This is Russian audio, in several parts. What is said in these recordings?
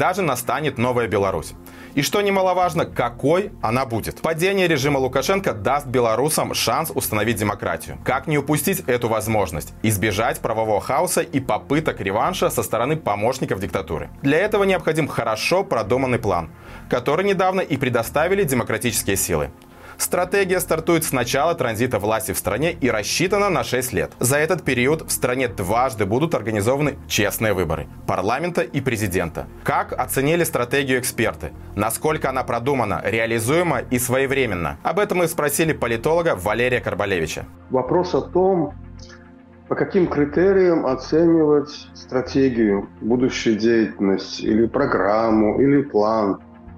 когда же настанет новая Беларусь. И что немаловажно, какой она будет. Падение режима Лукашенко даст белорусам шанс установить демократию. Как не упустить эту возможность? Избежать правового хаоса и попыток реванша со стороны помощников диктатуры. Для этого необходим хорошо продуманный план, который недавно и предоставили демократические силы. Стратегия стартует с начала транзита власти в стране и рассчитана на 6 лет. За этот период в стране дважды будут организованы честные выборы – парламента и президента. Как оценили стратегию эксперты? Насколько она продумана, реализуема и своевременна? Об этом мы спросили политолога Валерия Карбалевича. Вопрос о том, по каким критериям оценивать стратегию будущей деятельности, или программу, или план.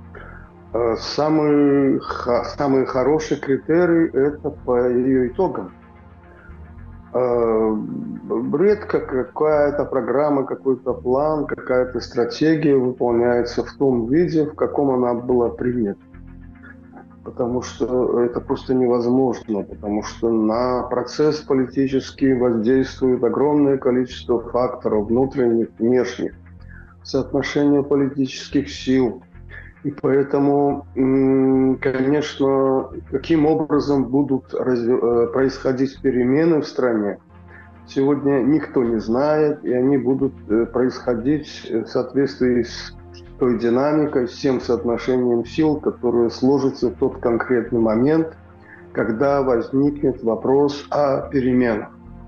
Самый хороший критерий – это по ее итогам. Редко какая-то программа, какой-то план, какая-то стратегия выполняется в том виде, в каком она была принята. Потому что это просто невозможно, потому что на процесс политический воздействует огромное количество факторов, внутренних, внешних, соотношение политических сил. И поэтому, конечно, каким образом будут происходить перемены в стране, сегодня никто не знает, и они будут происходить в соответствии с той динамикой, с тем соотношением сил, которое сложится в тот конкретный момент, когда возникнет вопрос о переменах.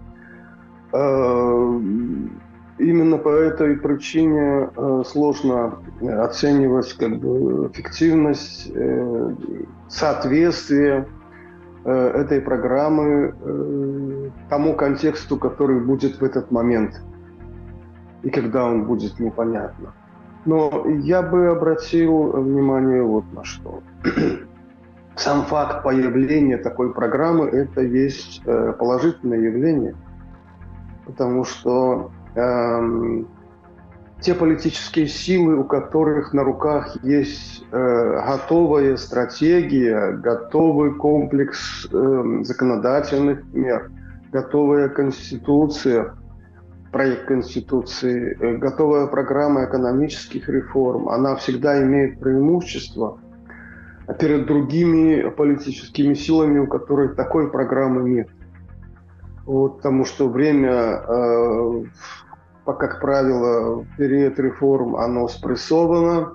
Именно по этой причине сложно оценивать эффективность, соответствие этой программы тому контексту, который будет в этот момент и когда он будет, непонятно. Но я бы обратил внимание вот на что. Сам факт появления такой программы – это есть положительное явление, потому что те политические силы, у которых на руках есть готовая стратегия, готовый комплекс законодательных мер, готовая конституция, проект конституции, готовая программа экономических реформ, она всегда имеет преимущество перед другими политическими силами, у которых такой программы нет. Вот, потому что время, как правило, в период реформ оно спрессовано,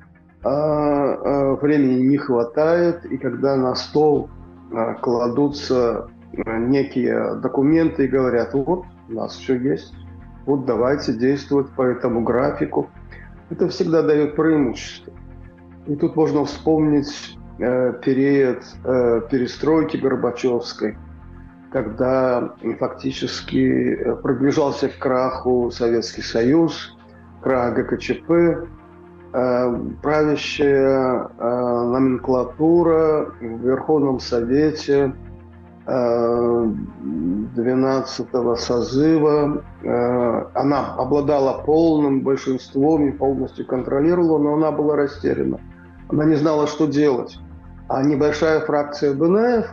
времени не хватает, и когда на стол кладутся некие документы и говорят, вот, у нас все есть, вот давайте действовать по этому графику, это всегда дает преимущество. И тут можно вспомнить период перестройки Горбачевской, когда фактически приближался к краху Советский Союз, крах ГКЧП, правящая номенклатура в Верховном Совете 12-го созыва, она обладала полным большинством и полностью контролировала, но она была растеряна. Она не знала, что делать. А небольшая фракция БНФ,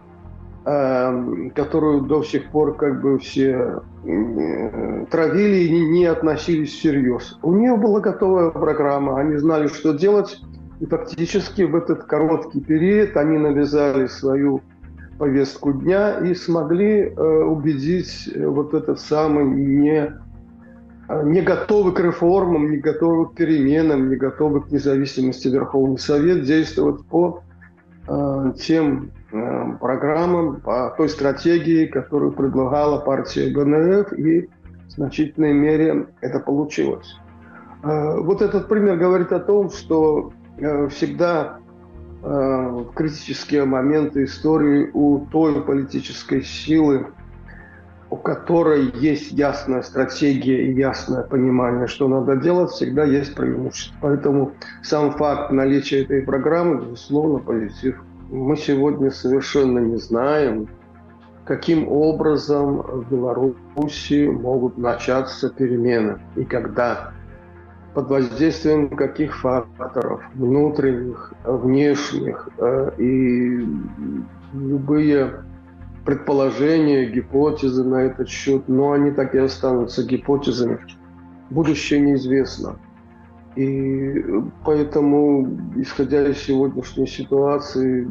которую до сих пор все травили и не относились всерьез. У нее была готовая программа, они знали, что делать, и фактически в этот короткий период они навязали свою повестку дня и смогли убедить вот этот самый не готовый к реформам, не готовый к переменам, не готовый к независимости Верховный Совет действовать по тем программам, по той стратегии, которую предлагала партия БНФ, и в значительной мере это получилось. Вот этот пример говорит о том, что всегда в критические моменты истории у той политической силы, у которой есть ясная стратегия и ясное понимание, что надо делать, всегда есть преимущество. Поэтому сам факт наличия этой программы, безусловно, позитив. Мы сегодня совершенно не знаем, каким образом в Беларуси могут начаться перемены и когда, под воздействием каких факторов, внутренних, внешних, и любые предположения, гипотезы на этот счет, но они так и останутся гипотезами. Будущее неизвестно. И поэтому, исходя из сегодняшней ситуации,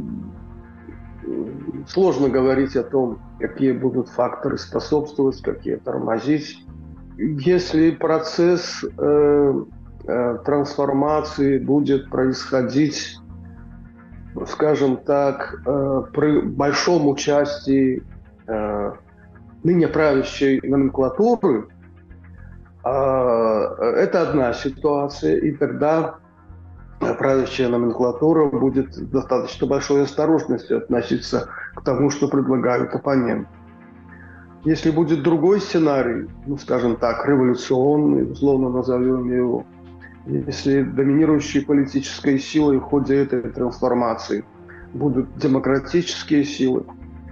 сложно говорить о том, какие будут факторы способствовать, какие тормозить. Если процесс трансформации будет происходить, скажем так, при большом участии ныне правящей номенклатуры, это одна ситуация, и тогда правящая номенклатура будет с достаточно большой осторожностью относиться к тому, что предлагают оппоненты. Если будет другой сценарий, ну, скажем так, революционный, условно назовем его, если доминирующей политической силой в ходе этой трансформации будут демократические силы,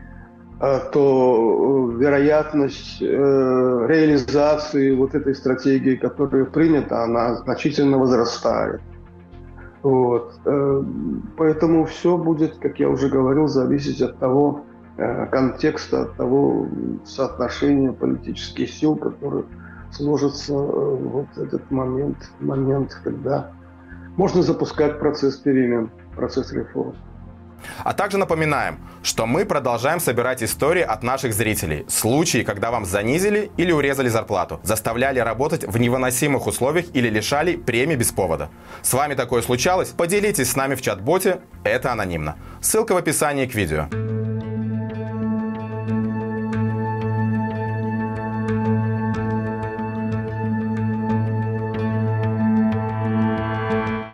то вероятность реализации вот этой стратегии, которая принята, она значительно возрастает. Вот. Поэтому все будет, как я уже говорил, зависеть от того контекста, от того соотношения политических сил, которые сложится вот этот момент, когда можно запускать процесс перемен, процесс реформ. А также напоминаем, что мы продолжаем собирать истории от наших зрителей. Случаи, когда вам занизили или урезали зарплату, заставляли работать в невыносимых условиях или лишали премии без повода. С вами такое случалось? Поделитесь с нами в чат-боте, это анонимно. Ссылка в описании к видео.